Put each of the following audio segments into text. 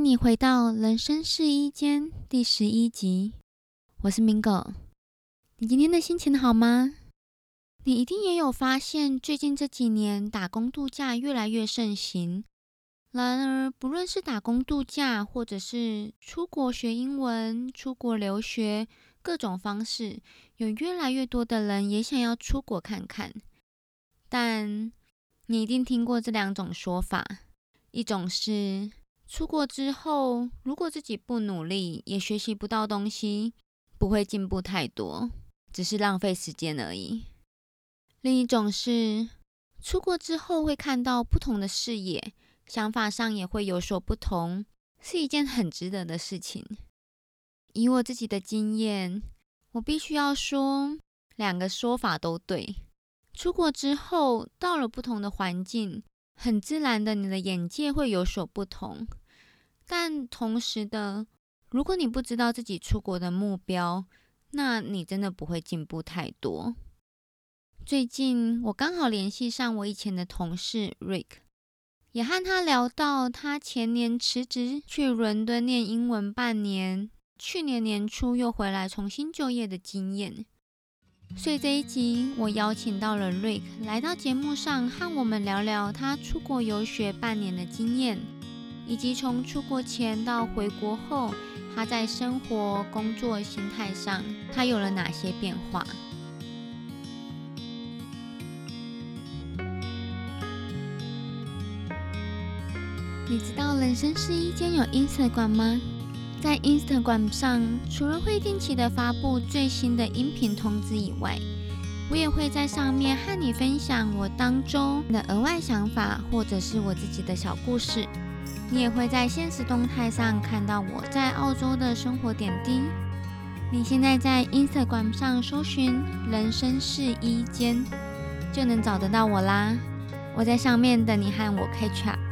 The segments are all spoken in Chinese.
你回到人生试衣间第11集，我是 Mingo。你今天的心情好吗？你一定也有发现，最近这几年打工度假越来越盛行。然而，不论是打工度假，或者是出国学英文、出国留学，各种方式，有越来越多的人也想要出国看看。但你一定听过这两种说法，一种是出国之后，如果自己不努力，也学习不到东西，不会进步太多，只是浪费时间而已。另一种是出国之后会看到不同的视野，想法上也会有所不同，是一件很值得的事情。以我自己的经验，我必须要说，两个说法都对。出国之后，到了不同的环境，很自然的，你的眼界会有所不同。但同时的，如果你不知道自己出国的目标，那你真的不会进步太多。最近我刚好联系上我以前的同事 Rick， 也和他聊到他前年辞职去伦敦念英文半年，去年年初又回来重新就业的经验。所以这一集我邀请到了 Rick 来到节目上，和我们聊聊他出国游学半年的经验，以及从出国前到回国后，他在生活、工作、心态上，他有了哪些变化。你知道人生试衣间有 Instagram 吗？在 Instagram 上，除了会定期的发布最新的音频通知以外，我也会在上面和你分享我当周的额外想法，或者是我自己的小故事。你也会在现实动态上看到我在澳洲的生活点滴。你现在在 Instagram 上搜寻人生试衣间，就能找得到我啦。我在上面等你和我 catch up。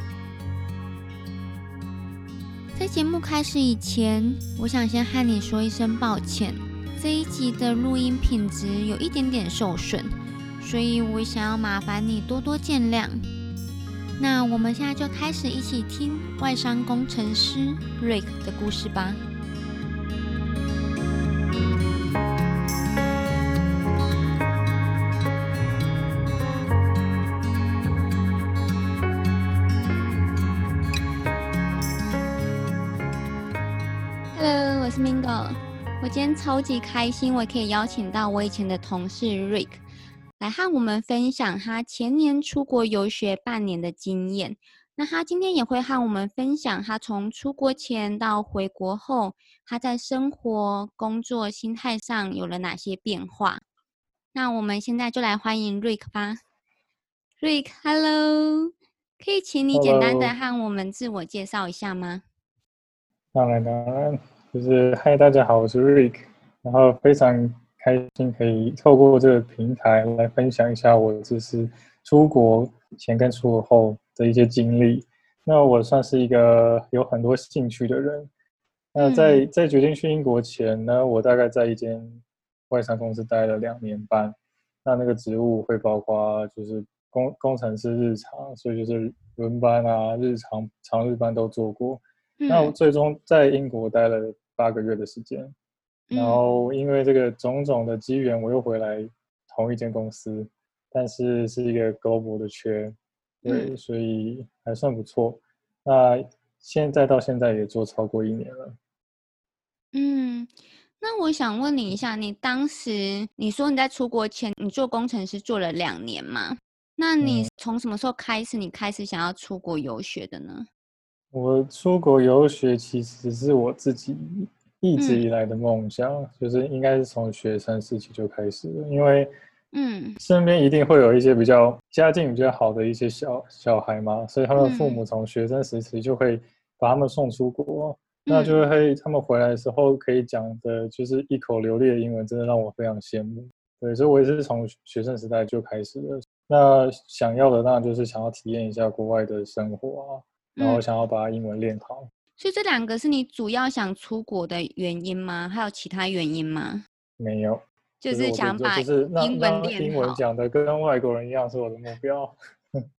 在节目开始以前，我想先和你说一声抱歉，这一集的录音品质有一点点受损，所以我想要麻烦你多多见谅。那我们现在就开始一起听外商工程师 Rick 的故事吧。Hello， 我是 Mingo。我今天超级开心，我可以邀请到我以前的同事 Rick 来和我们分享他前年出国游学半年的经验。那他今天也会和我们分享他从出国前到回国后，他在生活、工作、心态上有了哪些变化。那我们现在就来欢迎 Rick 吧。Rick，Hello， 可以请你简单的 Hello， 和我们自我介绍一下吗？ 当然，就是嗨，大家好，我是 Rick，然后非常开心可以透过这个平台来分享一下我就是出国前跟出国后的一些经历。那我算是一个有很多兴趣的人。那在决定去英国前呢，我大概在一间外商公司待了2年半。那个职务会包括就是工程师日常，所以就是轮班啊、长日班都做过。那我最终在英国待了8个月的时间，然后因为这个种种的机缘，我又回来同一间公司，但是是一个 global 的缺，对，所以还算不错。那到现在也做超过1年了。 那我想问你一下，你当时你说你在出国前，你做工程师做了2年嘛？那你从什么时候开始，你开始想要出国游学的呢？ 我出国游学其实是我自己一直以来的梦想，就是应该是从学生时期就开始了，因为身边一定会有一些比较家境比较好的一些小孩嘛，所以他们父母从学生时期就会把他们送出国，那就会他们回来的时候可以讲的就是一口流利的英文，真的让我非常羡慕。对，所以我也是从学生时代就开始了。那想要的当然就是想要体验一下国外的生活啊，然后想要把英文练好。 所以这2个是你主要想出国的原因吗？还有其他原因吗？ 没有， 就是想把就是英文练英文好。 讲的跟外国人一样是我的目标。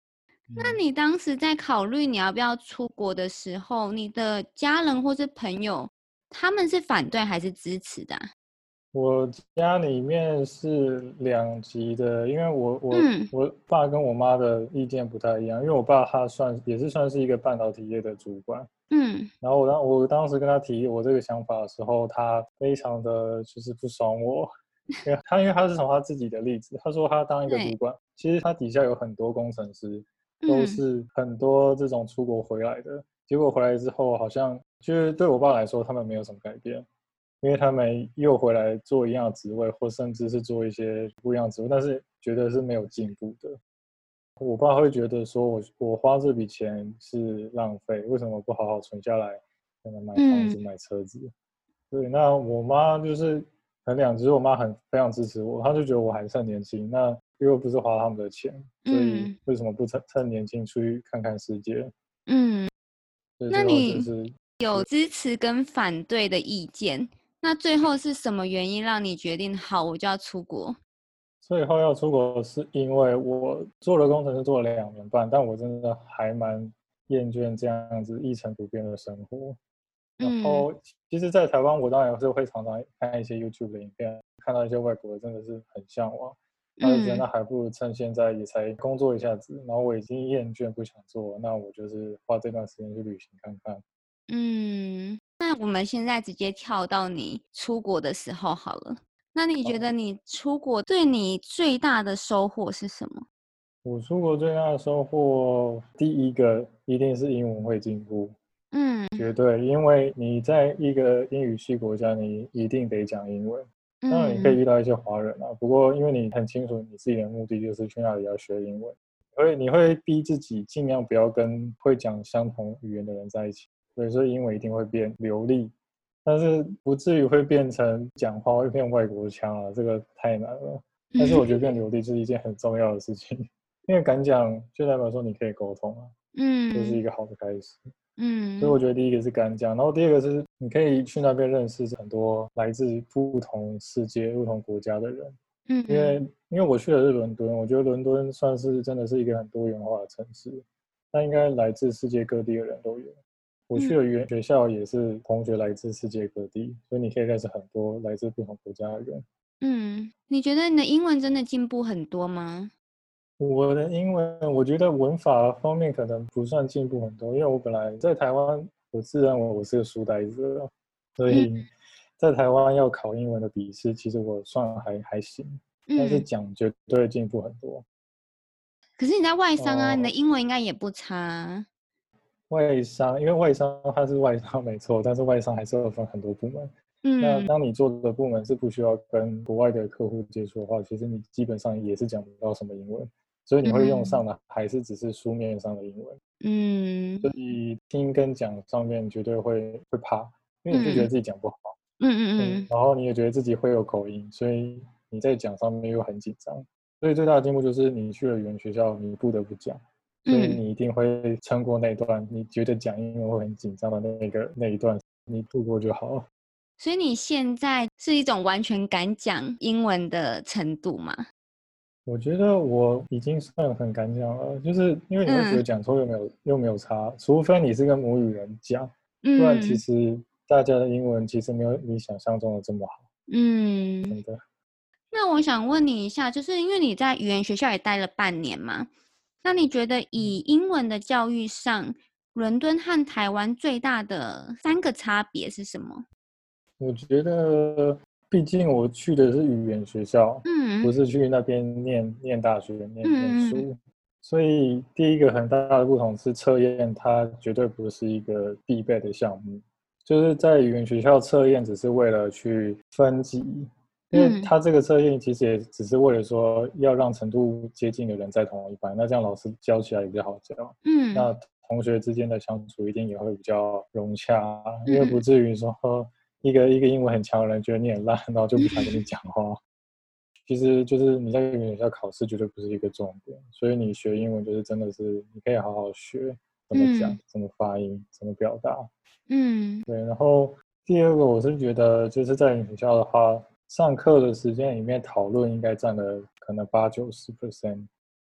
那你当时在考虑你要不要出国的时候，你的家人或是朋友，他们是反对还是支持的啊？ 我家里面是两极的，因为嗯我爸跟我妈的意见不太一样，因为我爸他也是算是一个半导体业的主管， 嗯然后我当时跟他提我这个想法的时候，他非常的就是不爽我，因为他是从他自己的例子，他说他当一个主对管，其实他底下有很多工程师，都嗯是很多这种出国回来的，结果回来之后好像就是对我爸来说，他们没有什么改变。因为他们又回来做一样的职位，或甚至是做一些不一样的职位，但是觉得是没有进步的。我爸会觉得说我花这笔钱是浪费，为什么不好好存下来，可能买房嗯子、买车子？对，那我妈就是很两极，我妈非常支持我，她就觉得我还是很年轻，那又不是花他们的钱，所以嗯为什么不趁年轻出去看看世界？ 嗯， 所以最后就那你是有支持跟反对的意见，那最后是什么原因让你决定好我就要出国？ 最后要出国是因为我做了工程师做了2年半，但我真的还蛮厌倦这样子一成不变的生活。然嗯后其实，在台湾我当然是会常常看一些 YouTube 的影片，看到一些外国的真的是很向往，那就觉得嗯那还不如趁现在也才工作一下子，然后我已经厌倦不想做，那我就是花这段时间去旅行看看。 嗯，那我们现在直接跳到你出国的时候好了。那你觉得好， 你出国对你最大的收获是什么？ 我出国最大的收获，第一个一定是英文会进步， 嗯绝对，因为你在一个英语系国家，你一定得讲英文。当然，你可以嗯遇到一些华人啊，不过因为你很清楚你自己的目的就是去那里要学英文，你会逼自己尽量不要跟会讲相同语言的人在一起，所以英文一定会变流利，但是不至于会变成讲话会变外国腔啊，这个太难了。但是我觉得变流利是一件很重要的事情，因为敢讲就代表说你可以沟通啊，这是嗯一个好的开始。所以嗯我觉得第一个是敢讲，然后第二个是你可以去那边认识很多来自不同世界、不同国家的人。因为嗯因为我去的是伦敦，我觉得伦敦算是真的是一个很多元化的城市，那应该来自世界各地的人都有。我去的嗯语言学校也是同学来自世界各地，所以你可以认识很多来自不同国家的人。 嗯，你觉得你的英文真的进步很多吗？ 我的英文，我觉得文法方面可能不算进步很多，因为我本来在台湾，我自认为我是个书呆子啊，所嗯以在台湾要考英文的笔试，其实我算还行，但是嗯， 讲绝对进步很多。 可是你在外商啊，你的呃， 英文应该也不差啊。 外商，因为外商它是外商没错，但是外商还是要分很多部门。那嗯当你做的部门是不需要跟国外的客户接触的话，其实你基本上也是讲不到什么英文，所以你会用嗯上的还是只是书面上的英文。 嗯你听跟讲上面绝对会怕，因为你就觉得嗯自己讲不好， 嗯嗯然后你也觉得自己会有口音，所以你在讲上面又很紧张。所以最大的进步就是你去了语言学校，你不得不讲，所以嗯， 你一定会撑过那一段你觉得讲英文会很紧张的那一段，你度过就好了。 所以你现在是一种完全敢讲英文的程度吗？ 我觉得我已经算很敢讲了，就是因为你会觉嗯得讲错又没有差，除非你是跟母语人讲，不然其嗯实大家的英文其实没有你想象中的这么好， 嗯。 真的。 那我想问你一下，就是因为你在语言学校也待了半年嘛，那你觉得以英文的教育上，伦敦和台湾最大的3个差别是什么？ 我觉得，毕竟我去的是语言学校，不嗯是去那边念大学、念嗯嗯书，所以第一个很大的不同是测验，它绝对不是一个必备的项目。就是在语言学校测验只是为了去分级，因为嗯它这个测验其实也只是为了说要让程度接近的人在同一班，那这样老师教起来也比较好教。 嗯那同学之间的相处一定也会比较融洽，因为不嗯至于说一个英文很强的人觉得你很烂，然后就不想跟你讲话。其实就是你在语言学校考试绝对不是一个重点，所以你学英文就是真的是你可以好好学怎么讲、 嗯怎么发音、怎么表达。 嗯对，然后第二个我是觉得就是在语言学校的话，上课的时间里面讨论应该占了可能80-90%，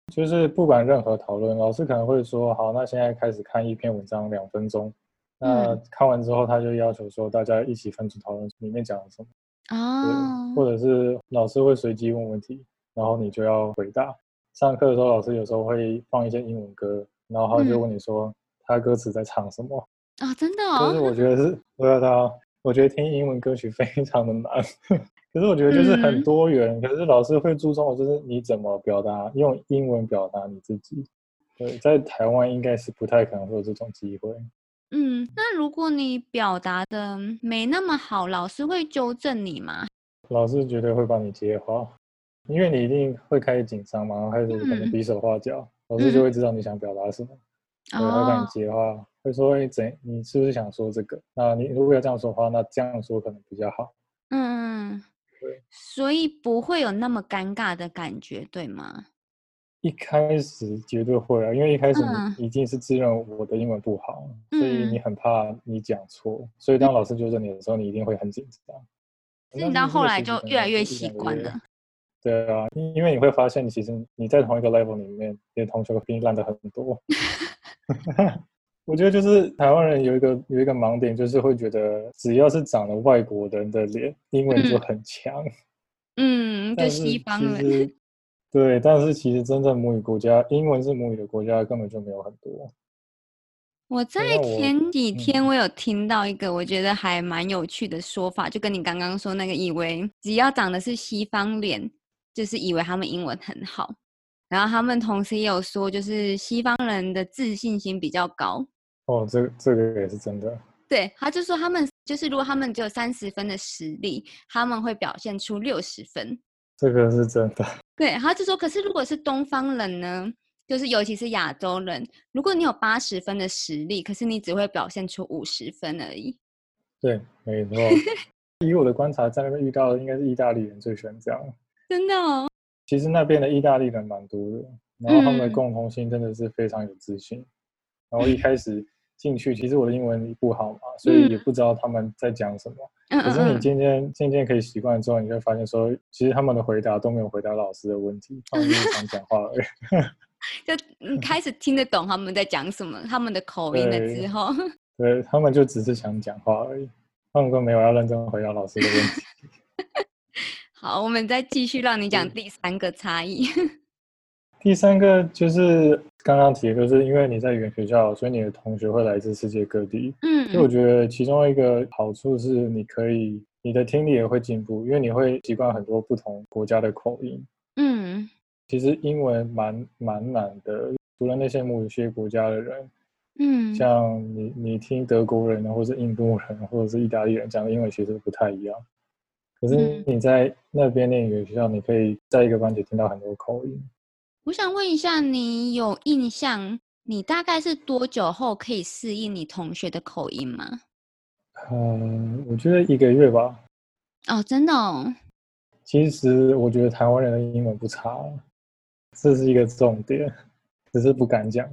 就是不管任何讨论，老师可能会说，好，那现在开始看一篇文章2分钟。那看完之后，他就要求说大家一起分组讨论里面讲了什么。对，或者是老师会随机问问题，然后你就要回答。上课的时候，老师有时候会放一些英文歌，然后他就问你说他歌词在唱什么。 真的哦。 就是我觉得是，我觉得听英文歌曲非常的难。可是我觉得就是很多元，可是老师会注重的就是你怎么表达，用英文表达你自己。对，在台湾应该是不太可能会有这种机会。 那如果你表达的没那么好，老师会纠正你吗？ 老师绝对会帮你接话，因为你一定会开始紧张嘛，然后开始可能比手画脚，老师就会知道你想表达什么，对，他会帮你接话，会说你是不是想说这个？那你如果要这样说的话，那这样说可能比较好。对， 所以不会有那么尴尬的感觉，对吗？ 一开始绝对会啊，因为一开始你已经是自认我的英文不好，所以你很怕你讲错，所以当老师纠正你的时候，你一定会很紧张。 是你到后来就越来越习惯了。 对啊，因为你会发现，其实你在同一个 level 里面，你的同学会比你烂的很多。我觉得就是台湾人有一个盲点，就是会觉得只要是长了外国人的脸，英文就很强。 就西方人。 对，但是其实真正母语国家，英文是母语的国家，根本就没有很多。 我在前几天我有听到一个我觉得还蛮有趣的说法，就跟你刚刚说那个，以为只要长的是西方脸，就是以为他们英文很好。然后他们同时也有说，就是西方人的自信心比较高。 这个也是真的。 对，他就说他们就是如果他们只有30分的实力，他们会表现出60分。 这个是真的。 对，他就说，可是如果是东方人呢，就是尤其是亚洲人，如果你有80分的实力，可是你只会表现出50分而已。 对，没错。以我的观察，在那边遇到的应该是意大利人最喜欢这样。 真的哦。 其实那边的意大利人蛮多的，然后他们的共同性真的是非常有自信。然后一开始进去，其实我的英文不好嘛，所以也不知道他们在讲什么。可是你渐渐可以习惯之后，你就会发现说，其实他们的回答都没有回答老师的问题，他们就是想讲话而已。 就你开始听得懂他们在讲什么，他们的口音了之后， 对，他们就只是想讲话而已，他们都没有要认真回答老师的问题。 好，我们再继续让你讲第3个差异。 第3个就是刚刚提的，就是因为你在语言学校，所以你的同学会来自世界各地。所以我觉得其中一个好处是，你的听力也会进步，因为你会习惯很多不同国家的口音。其实英文蛮难的，除了那些母语系国家的人，像你听德国人或是印度人或者是意大利人讲的英文，其实不太一样。可是你在那边念语言学校，你可以在一个班级听到很多口音。 我想问一下，你有印象，你大概是多久后可以适应你同学的口音吗？ 我觉得1个月吧。 真的哦。 其实我觉得台湾人的英文不差，这是一个重点，只是不敢讲。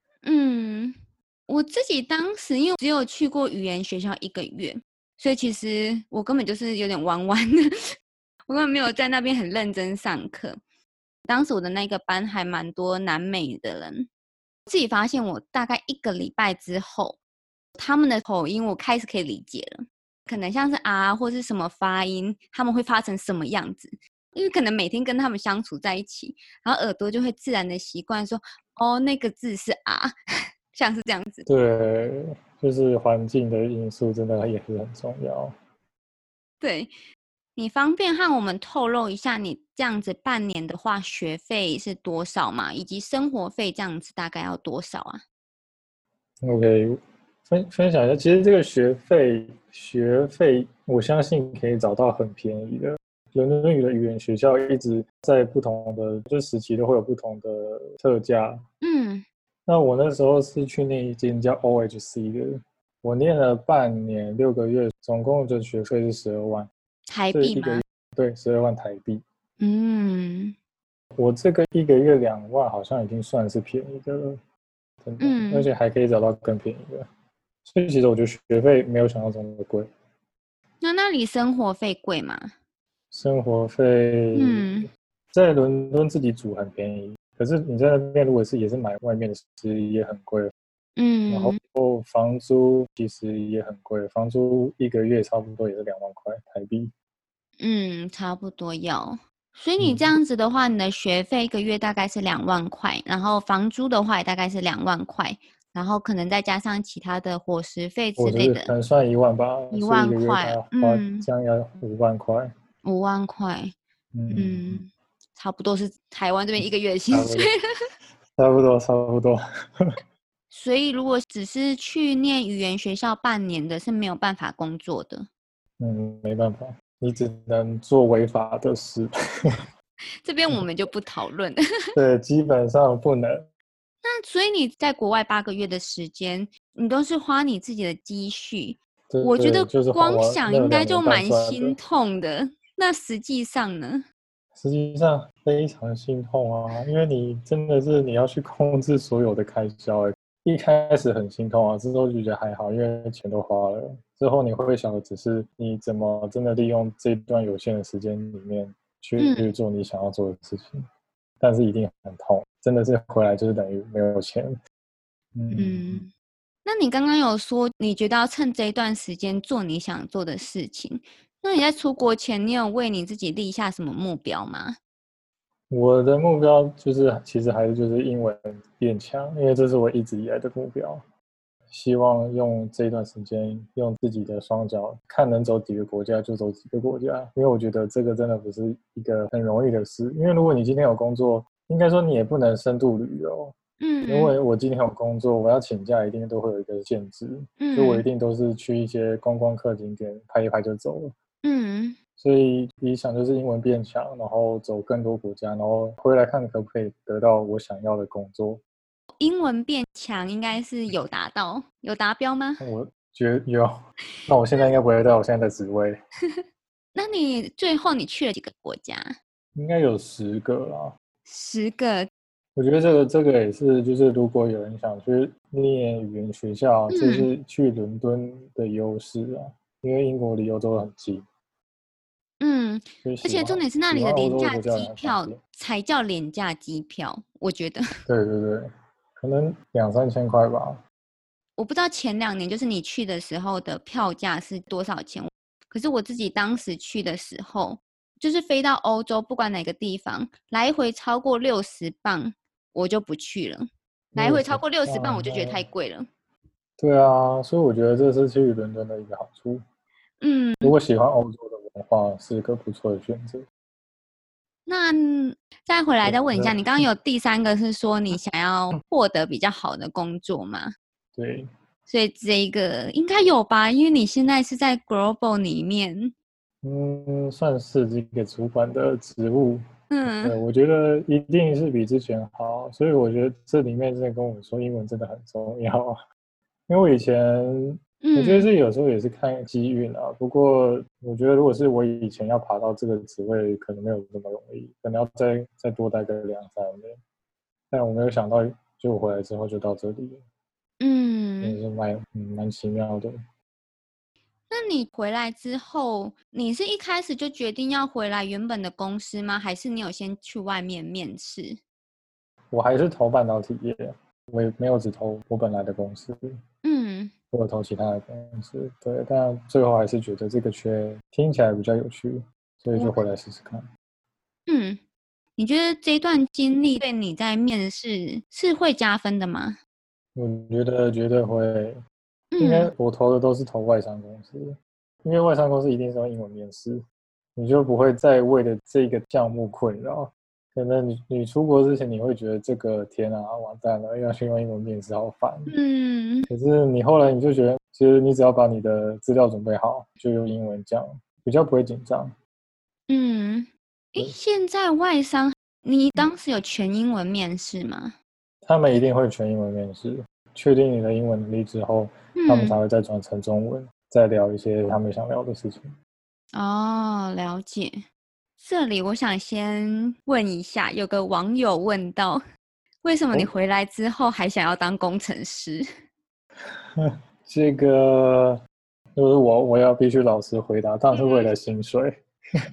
我自己当时因为只有去过语言学校1个月，所以其实我根本就是有点玩玩的，我根本没有在那边很认真上课。当时我的那个班还蛮多南美的人，自己发现我大概1个礼拜之后，他们的口音我开始可以理解了，可能像是或是什么发音，他们会发成什么样子，因为可能每天跟他们相处在一起，然后耳朵就会自然的习惯说，那个字是像是这样子。 对，就是环境的因素真的也是很重要。 对，你方便和我们透露一下你这样子半年的话学费是多少吗？以及生活费这样子大概要多少啊？ OK，分享一下，其实这个学费我相信可以找到很便宜的。伦敦语的语言学校一直在不同的时期都会有不同的特价。那我那时候是去念一间叫 OHC 的，我念了半年6个月，总共的学费是12万台币吗？ 对，12万台币。我这个1个月2万好像已经算是便宜的了，真的，而且还可以找到更便宜的，所以其实我觉得学费没有想象中的贵。 那里生活费贵吗？ 生活费在伦敦自己煮很便宜， 可是你在那边如果也是买外面的，其实也很贵。然后房租其实也很贵，房租1个月差不多也是2万块台币。 差不多要。所以你这样子的话，你的学费1个月大概是2万块，然后房租的话也大概是2万块，然后可能再加上其他的伙食费之类的， 可能算1万吧， 1 所以1 万块， 个月大概花这样要5万块。 5万块，差不多是台湾这边1个月的薪水了。 差不多。 所以如果只是去念语言学校半年的，是没有办法工作的。 没办法，你只能做违法的事。 这边我们就不讨论。 对，基本上不能。 那所以你在国外8个月的时间，你都是花你自己的积蓄，我觉得就是光想应该就蛮心的。 痛的。那实际上呢？ 实际上非常心痛啊，因为你真的是你要去控制所有的开销。一开始很心痛啊，之后就觉得还好，因为钱都花了。之后你会想的只是你怎么真的利用这段有限的时间里面去做你想要做的事情。但是一定很痛，真的是回来就是等于没有钱。 那你刚刚有说你觉得要趁这一段时间做你想做的事情，那你在出国前你有为你自己立下什么目标吗？ 我的目标就是其实还是就是英文变强，因为这是我一直以来的目标。希望用这段时间用自己的双脚，看能走几个国家就走几个国家，因为我觉得这个真的不是一个很容易的事。因为如果你今天有工作，应该说你也不能深度旅游。因为我今天有工作，我要请假一定都会有一个限制，所以我一定都是去一些观光客景点拍一拍就走了。所以理想就是英文变强，然后走更多国家，然后回来看可不可以得到我想要的工作。 英文变强应该是有达到，有达标吗？ 我觉得有。那我现在应该不会到我现在的职位。 那你最后你去了几个国家？ 应该有10个啦。 10个。 我觉得这个也是，就是如果有人想去念语言学校，这是去伦敦的优势啊，因为英国离欧洲很近。 而且重点是那里的廉价机票才叫廉价机票，我觉得。 对对对，可能2-3千块吧。 我不知道前2年就是你去的时候的票价是多少钱，可是我自己当时去的时候，就是飞到欧洲，不管哪个地方，来回超过60磅，我就不去了。来回超过60磅，我就觉得太贵了。 对啊，所以我觉得这是去伦敦的一个好处。如果喜欢欧洲的文化，是一个不错的选择。 那再回来再问一下，你刚刚有第3个是说你想要获得比较好的工作吗？ 对。 所以这一个应该有吧，因为你现在是在 Global 里面。 算是这个主管的职务。对，我觉得一定是比之前好，所以我觉得这里面真的跟我说英文真的很重要啊。因为我以前我觉得这有时候也是看机运啊。不过我觉得如果是我以前要爬到这个职位，可能没有那么容易，可能要再多待个2-3年。但我没有想到，就我回来之后就到这里了。也是蛮奇妙的。 那你回来之后，你是一开始就决定要回来原本的公司吗？还是你有先去外面面试？ 我还是投半导体业，我也没有只投我本来的公司。我有投其他的公司。对，但最后还是觉得这个缺听起来比较有趣，所以就回来试试看。 你觉得这段经历对你在面试是会加分的吗？ 我觉得绝对会。应该我投的都是投外商公司，因为外商公司一定是用英文面试，你就不会再为了这个项目困扰。可能你出国之前你会觉得这个天啊完蛋了，要去用英文面试好烦。可是你后来你就觉得，其实你只要把你的资料准备好，就用英文讲，比较不会紧张。 现在外商你当时有全英文面试吗？ 他们一定会全英文面试，确定你的英文能力之后，他们才会再转成中文，再聊一些他们想聊的事情。 了解。这里我想先问一下，有个网友问到，为什么你回来之后还想要当工程师？ 这个就是我要必须老实回答，当然是为了薪水。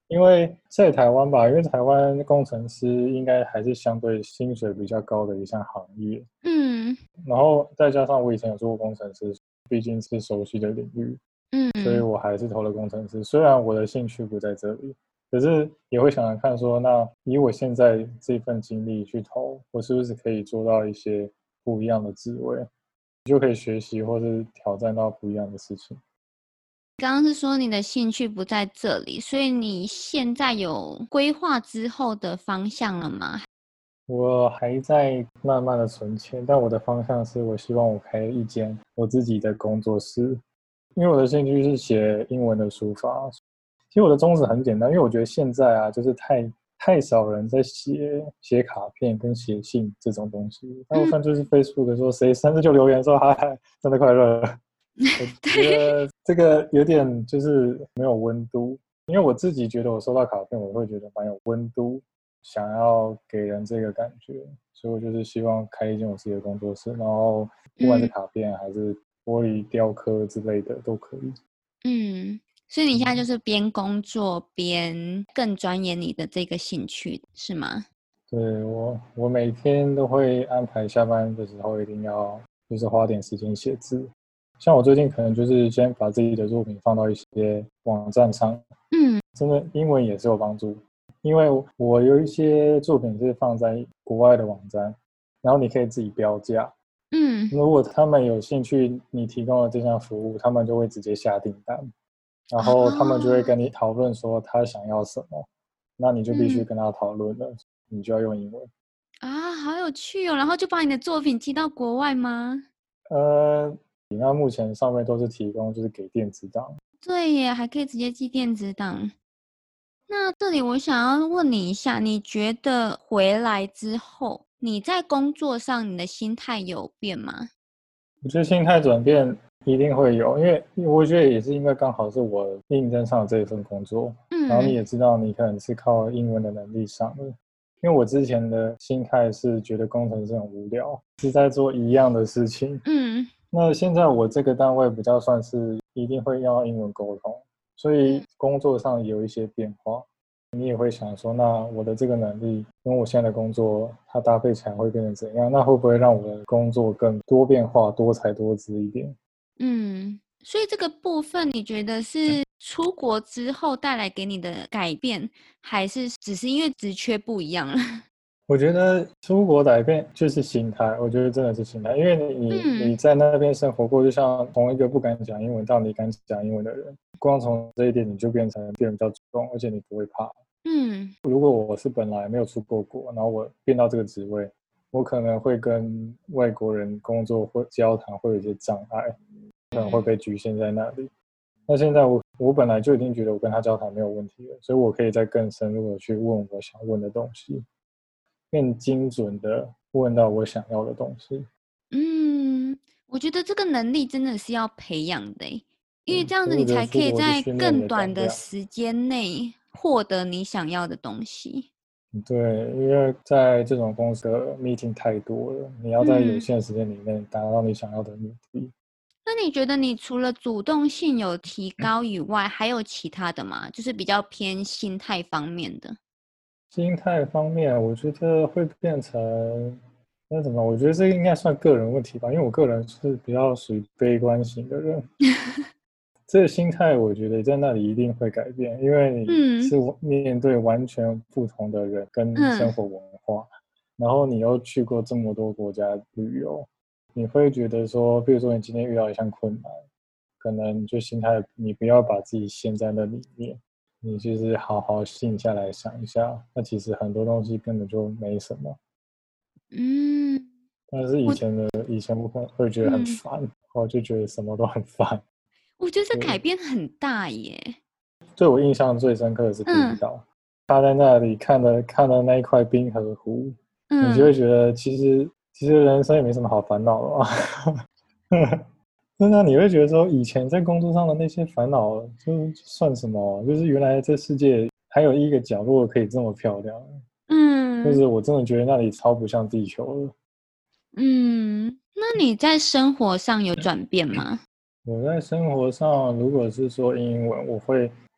因为在台湾吧，因为台湾工程师应该还是相对薪水比较高的一项行业， 嗯然后再加上我以前有做过工程师，毕竟是熟悉的领域，所以嗯， 我还是投了工程师。虽然我的兴趣不在这里，可是也会想想看说，那以我现在这份经历去投，我是不是可以做到一些不一样的职位，就可以学习或是挑战到不一样的事情。 刚刚是说你的兴趣不在这里，所以你现在有规划之后的方向了吗？ 我还在慢慢的存钱，但我的方向是我希望我开一间我自己的工作室，因为我的兴趣是写英文的书法。其实我的宗旨很简单，因为我觉得现在啊，就是太少人在写卡片跟写信这种东西，大部嗯， 分就是 Facebook 说谁生日就留言说嗨，生日快乐。我觉对， 得这个有点就是没有温度，因为我自己觉得我收到卡片，我会觉得蛮有温度，想要给人这个感觉，所以我就是希望开一间我自己的工作室，然后不管是嗯卡片还是玻璃雕刻之类的都可以。 嗯，所以你现在就嗯， 是边工作边更钻研你的这个兴趣，是吗？ 对，我每天都会安排下班的时候一定要就是花点时间写字，像我最近可能就是先把自己的作品放到一些网站上， 嗯真的英文也是有帮助，因为我有一些作品是放在国外的网站，然后你可以自己标价， 嗯， 如果他们有兴趣你提供的这项服务，他们就会直接下订单，然后他们就会哦， 跟你讨论说他想要什么，那你就必须嗯跟他讨论了，你就要用英文。 啊，好有趣哦！然后就把你的作品寄到国外吗？ 那目前上面都是提供就是给电子档。 对耶，还可以直接寄电子档。那这里我想要问你一下，你觉得回来之后，你在工作上你的心态有变吗？ 我觉得心态转变一定会有，因为我觉得也是因为刚好是我应征上的这一份工作，然后你嗯也知道你可能是靠英文的能力上的，因为我之前的心态是觉得工程师很无聊，是在做一样的事情。 嗯那现在我这个单位比较算是一定会要英文沟通，所以工作上有一些变化。你也会想说，那我的这个能力跟我现在的工作，它搭配起来会变成怎样？那会不会让我的工作更多变化、多彩多姿一点？ 嗯，所以这个部分你觉得是出国之后带来给你的改变，还是只是因为职缺不一样了？ 我觉得出国改变就是心态，我觉得真的是心态，因为你嗯你在那边生活过，就像从一个不敢讲英文到你敢讲英文的人，光从这一点你就变得比较主动，而且你不会怕。 嗯如果我是本来没有出过国，然后我变到这个职位，我可能会跟外国人工作或交谈会有一些障碍，可能会嗯被局限在那里。那现在我本来就已经觉得我跟他交谈没有问题了，所以我可以再更深入的去问我想问的东西，更精准的问到我想要的东西。 嗯，我觉得这个能力真的是要培养的诶，因为这样所以我觉得子你才可出国是以在训练你的更短胆量。 的时间内获得你想要的东西。 对，因为在这种公司的 meeting 太多了，你要在有嗯， 限的时间里面达到你想要的目的。 那你觉得你除了主动性有提高以外，还有其他的吗？就是比较偏心态方面的。 心态方面，我觉得会变成那什么？我觉得这个应该算个人问题吧，因为我个人是比较属于悲观型的人。这个心态，我觉得在那里一定会改变，因为你嗯是面对完全不同的人跟嗯生活文化，然后你又去过这么多国家旅游，你会觉得说，比如说你今天遇到一项困难，可能你就心态，你不要把自己陷在那里面，你就是好好静下来想一下，那其实很多东西根本就没什么。 嗯， 但是我以前我会觉得很嗯， 烦，我就觉得什么都很烦。 我觉得这改对， 变很大耶。 对我印象最深刻的是冰嗯岛，他在那里看了那一块冰河湖，你就嗯会觉得其实人生也没什么好烦恼的嘛。真的，你会觉得说以前在工作上的那些烦恼，就算什么？就是原来这世界还有一个角落可以这么漂亮，就嗯是我真的觉得那里超不像地球了。 嗯，那你在生活上有转变吗？ 我在生活上，如果是说英文，我会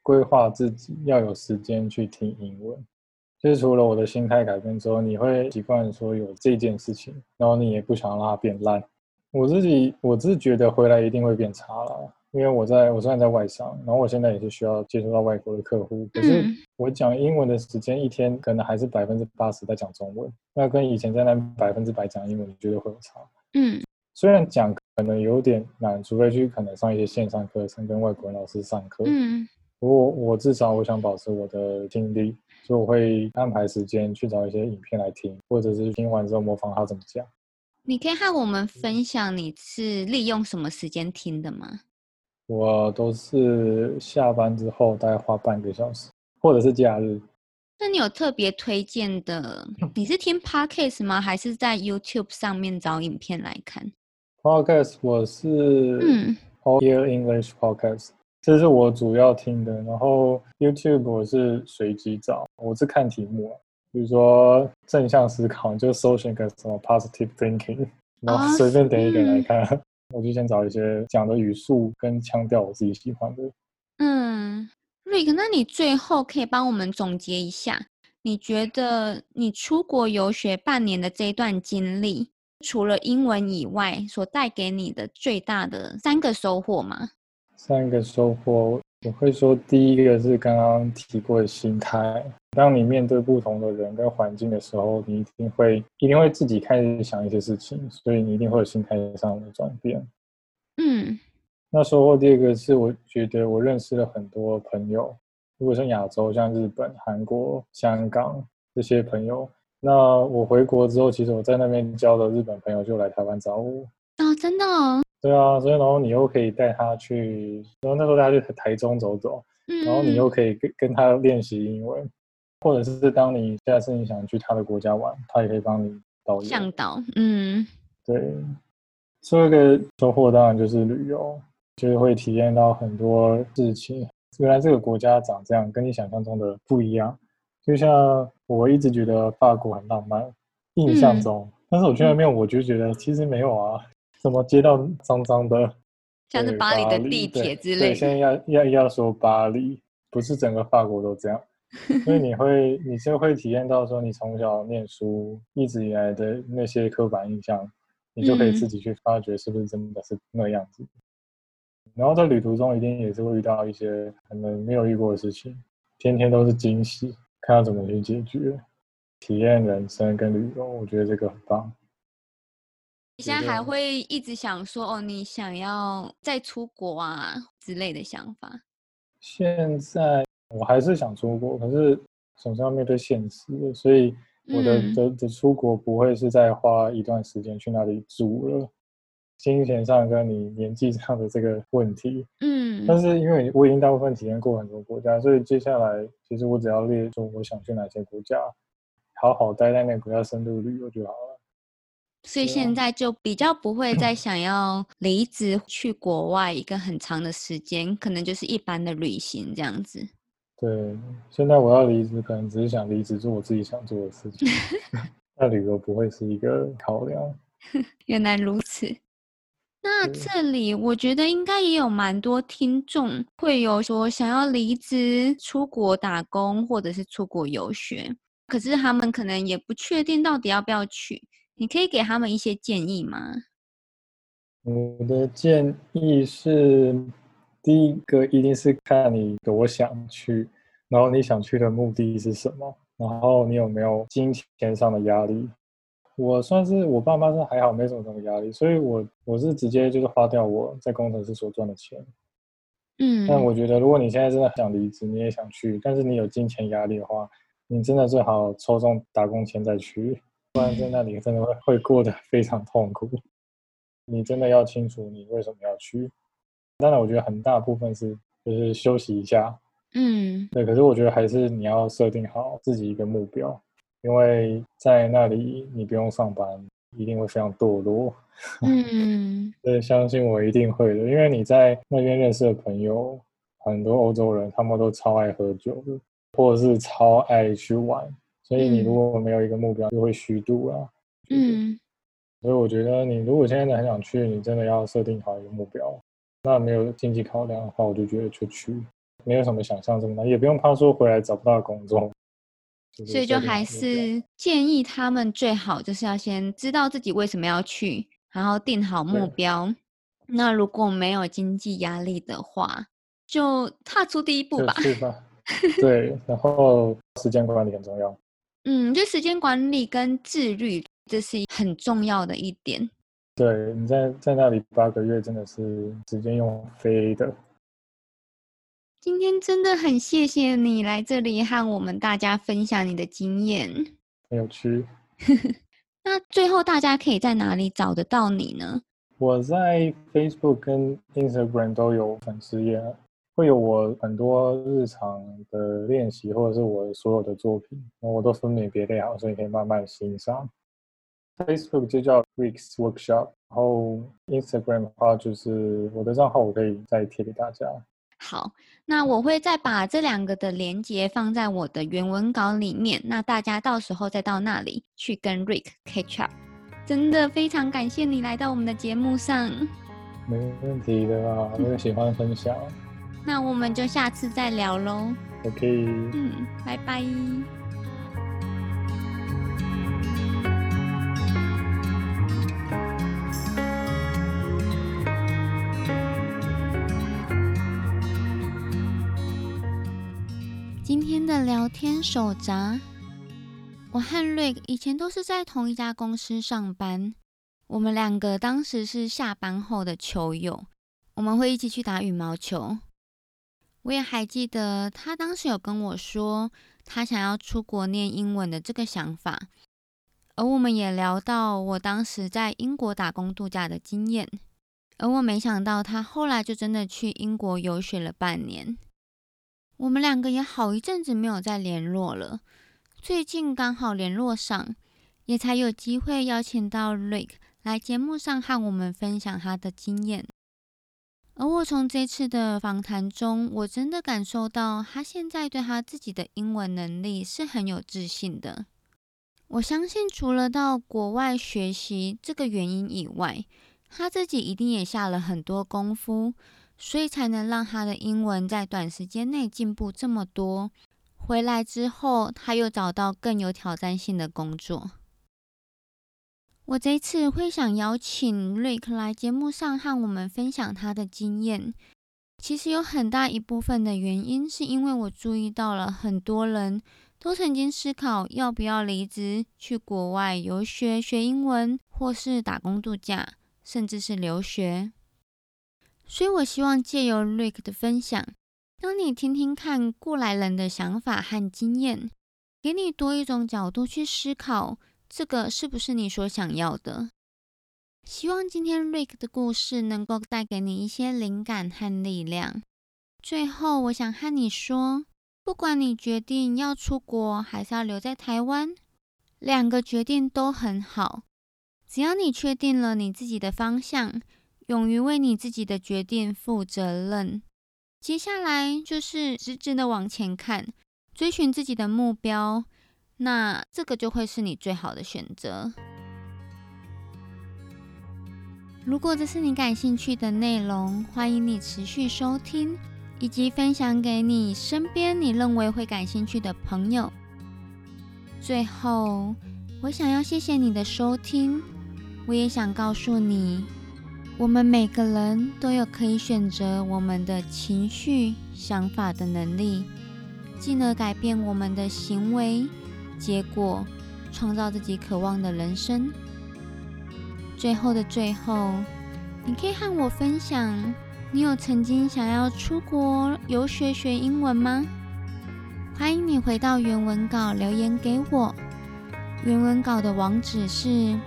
规划自己要有时间去听英文。就是除了我的心态改变之后，你会习惯说有这件事情，然后你也不想让它变烂。我自己觉得回来一定会变差了，因为我虽然在外商，然后我现在也是需要接触到外国的客户，可是我讲英文的时间一天可能还是80%在讲中文，那跟以前在那100%讲英文，你觉得会有差？虽然讲可能有点难，除非去可能上一些线上课程跟外国人老师上课，不过我至少我想保持我的听力，所以我会安排时间去找一些影片来听，或者是听完之后模仿他怎么讲。 你可以和我们分享你是利用什么时间听的吗？ 我都是下班之后大概花半个小时，或者是假日。 那你有特别推荐的？你是听 podcast 吗？还是在 YouTube 上面找影片来看？ Podcast 我是 Hear English Podcast，这是我主要听的。然后 YouTube 我是随机找，我是看题目，比如说正向思考，就搜寻个什么 positive thinking， 然后随便点一个来看。我就先找一些讲的语速跟腔调我自己喜欢的。 Rick， 那你最后可以帮我们总结一下，你觉得你出国游学半年的这一段经历，除了英文以外，所带给你的最大的3个收获吗 ？3个收获，我会说第一个是刚刚提过的心态。当你面对不同的人跟环境的时候，你一定会自己开始想一些事情，所以你一定会有心态上的转变。那收获第二个是我觉得我认识了很多朋友，如果是亚洲，像日本、韩国、香港这些朋友，那我回国之后，其实我在那边交的日本朋友就来台湾找我。 真的哦？ 对啊，所以然后你又可以带他去，然后那时候带他去台中走走，然后你又可以跟他练习英文，或者是当你下次你想去他的国家玩，他也可以帮你导游向导。 对，最后一个收获当然就是旅游，就是会体验到很多事情。原来这个国家长这样，跟你想象中的不一样。就像我一直觉得法国很浪漫，印象中，但是我去那边我就觉得其实没有啊，什么街道脏脏的， 像是对， 巴黎的巴黎， 地铁之对， 类的。 现在要说巴黎，不是整个法国都这样。所以你就会体验到说，你从小念书一直以来的那些刻板印象，你就可以自己去发掘是不是真的是那样子。然后在旅途中一定也是会遇到一些可能没有遇过的事情，天天都是惊喜，看要怎么去解决。体验人生跟旅游，我觉得这个很棒。 你现在还会一直想说你想要再出国啊之类的想法？ 现在我还是想出国，可是总是要面对现实，所以我的出国不会是再花一段时间去那里住了，金钱上跟你年纪上的这个问题。但是因为我已经大部分体验过很多国家，所以接下来其实我只要列出我想去哪些国家，好好待在那个国家深度旅游就好了。 所以现在就比较不会再想要离职去国外一个很长的时间，可能就是一般的旅行这样子。 对，现在我要离职，可能只是想离职做我自己想做的事情，那旅游不会是一个考量。 原来如此。那这里我觉得应该也有蛮多听众会有说想要离职出国打工或者是出国游学，可是他们可能也不确定到底要不要去，你可以给他们一些建议吗？ 我的建议是，第一个一定是看你多想去，然后你想去的目的是什么，然后你有没有金钱上的压力。我爸妈是还好，没什么压力，所以我是直接就是花掉我在工程师所赚的钱。但我觉得如果你现在真的想离职，你也想去，但是你有金钱压力的话，你真的最好抽中打工签再去，不然在那里真的会过得非常痛苦。你真的要清楚你为什么要去。当然，我觉得很大部分是就是休息一下，对。可是我觉得还是你要设定好自己一个目标，因为在那里你不用上班，一定会非常堕落。对，相信我一定会的，因为你在那边认识的朋友，很多欧洲人他们都超爱喝酒的，或者是超爱去玩，所以你如果没有一个目标，就会虚度啊。所以我觉得你如果现在很想去，你真的要设定好一个目标。那没有经济考量的话，我就觉得就去。 没有什么想象这么难，也不用怕说回来找不到工作。 所以就还是建议他们最好就是要先知道自己为什么要去，然后定好目标。那如果没有经济压力的话，就踏出第一步吧。 就去吧。对，然后时间管理很重要。 就时间管理跟自律，这是很重要的一点。 对，你在那里8个月，真的是时间用飞的。 今天真的很谢谢你来这里和我们大家分享你的经验， 很有趣。 那最后大家可以在哪里找得到你呢？ 我在 Facebook 跟 Instagram 都有粉丝页，会有我很多日常的练习，或者是我所有的作品，我都分门别类好，所以可以慢慢欣赏。Facebook 就叫 Rick's Workshop， 然后 Instagram 的话就是我的账号，我可以再贴给大家。 好，那我会再把这2个的连结放在我的原文稿里面，那大家到时候再到那里去跟 Rick catch up。真的非常感谢你来到我们的节目上。 没问题的啦，我也喜欢分享。 那我们就下次再聊咯。 OK。 拜拜。今天的聊天手札，我和 Rick 以前都是在同一家公司上班，我们2个当时是下班后的球友，我们会一起去打羽毛球。我也还记得他当时有跟我说他想要出国念英文的这个想法，而我们也聊到我当时在英国打工度假的经验，而我没想到他后来就真的去英国游学了半年。我们2个也好一阵子没有再联络了，最近刚好联络上，也才有机会邀请到 Rick 来节目上和我们分享他的经验。而我从这次的访谈中，我真的感受到他现在对他自己的英文能力是很有自信的。我相信除了到国外学习这个原因以外，他自己一定也下了很多功夫，所以才能让他的英文在短时间内进步这么多。回来之后，他又找到更有挑战性的工作。我这一次会想邀请 Rick 来节目上和我们分享他的经验，其实有很大一部分的原因是因为我注意到了很多人都曾经思考要不要离职去国外游学学英文，或是打工度假，甚至是留学。所以我希望借由 Rick 的分享，让你听听看过来人的想法和经验，给你多一种角度去思考这个是不是你所想要的。希望今天 Rick 的故事能够带给你一些灵感和力量。最后我想和你说，不管你决定要出国还是要留在台湾，2个决定都很好，只要你确定了你自己的方向，勇于为你自己的决定负责任，接下来就是直直的往前看，追寻自己的目标，那这个就会是你最好的选择。如果这是你感兴趣的内容，欢迎你持续收听，以及分享给你身边你认为会感兴趣的朋友。最后，我想要谢谢你的收听，我也想告诉你，我们每个人都有可以选择我们的情绪、想法的能力，进而改变我们的行为、结果，创造自己渴望的人生。最后的最后，你可以和我分享，你有曾经想要出国游学学英文吗？欢迎你回到原文稿留言给我，原文稿的网址是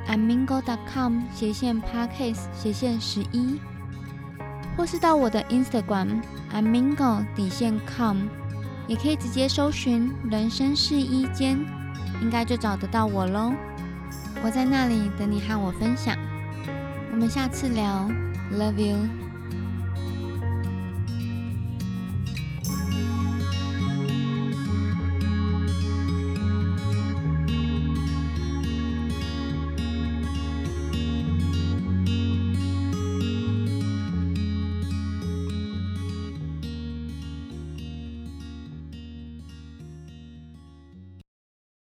amingo.com/podcast/11，或是到我的 Instagram amingo_com， 也可以直接搜寻人生试衣间，应该就找得到我咯。我在那里等你和我分享，我们下次聊 ，Love you。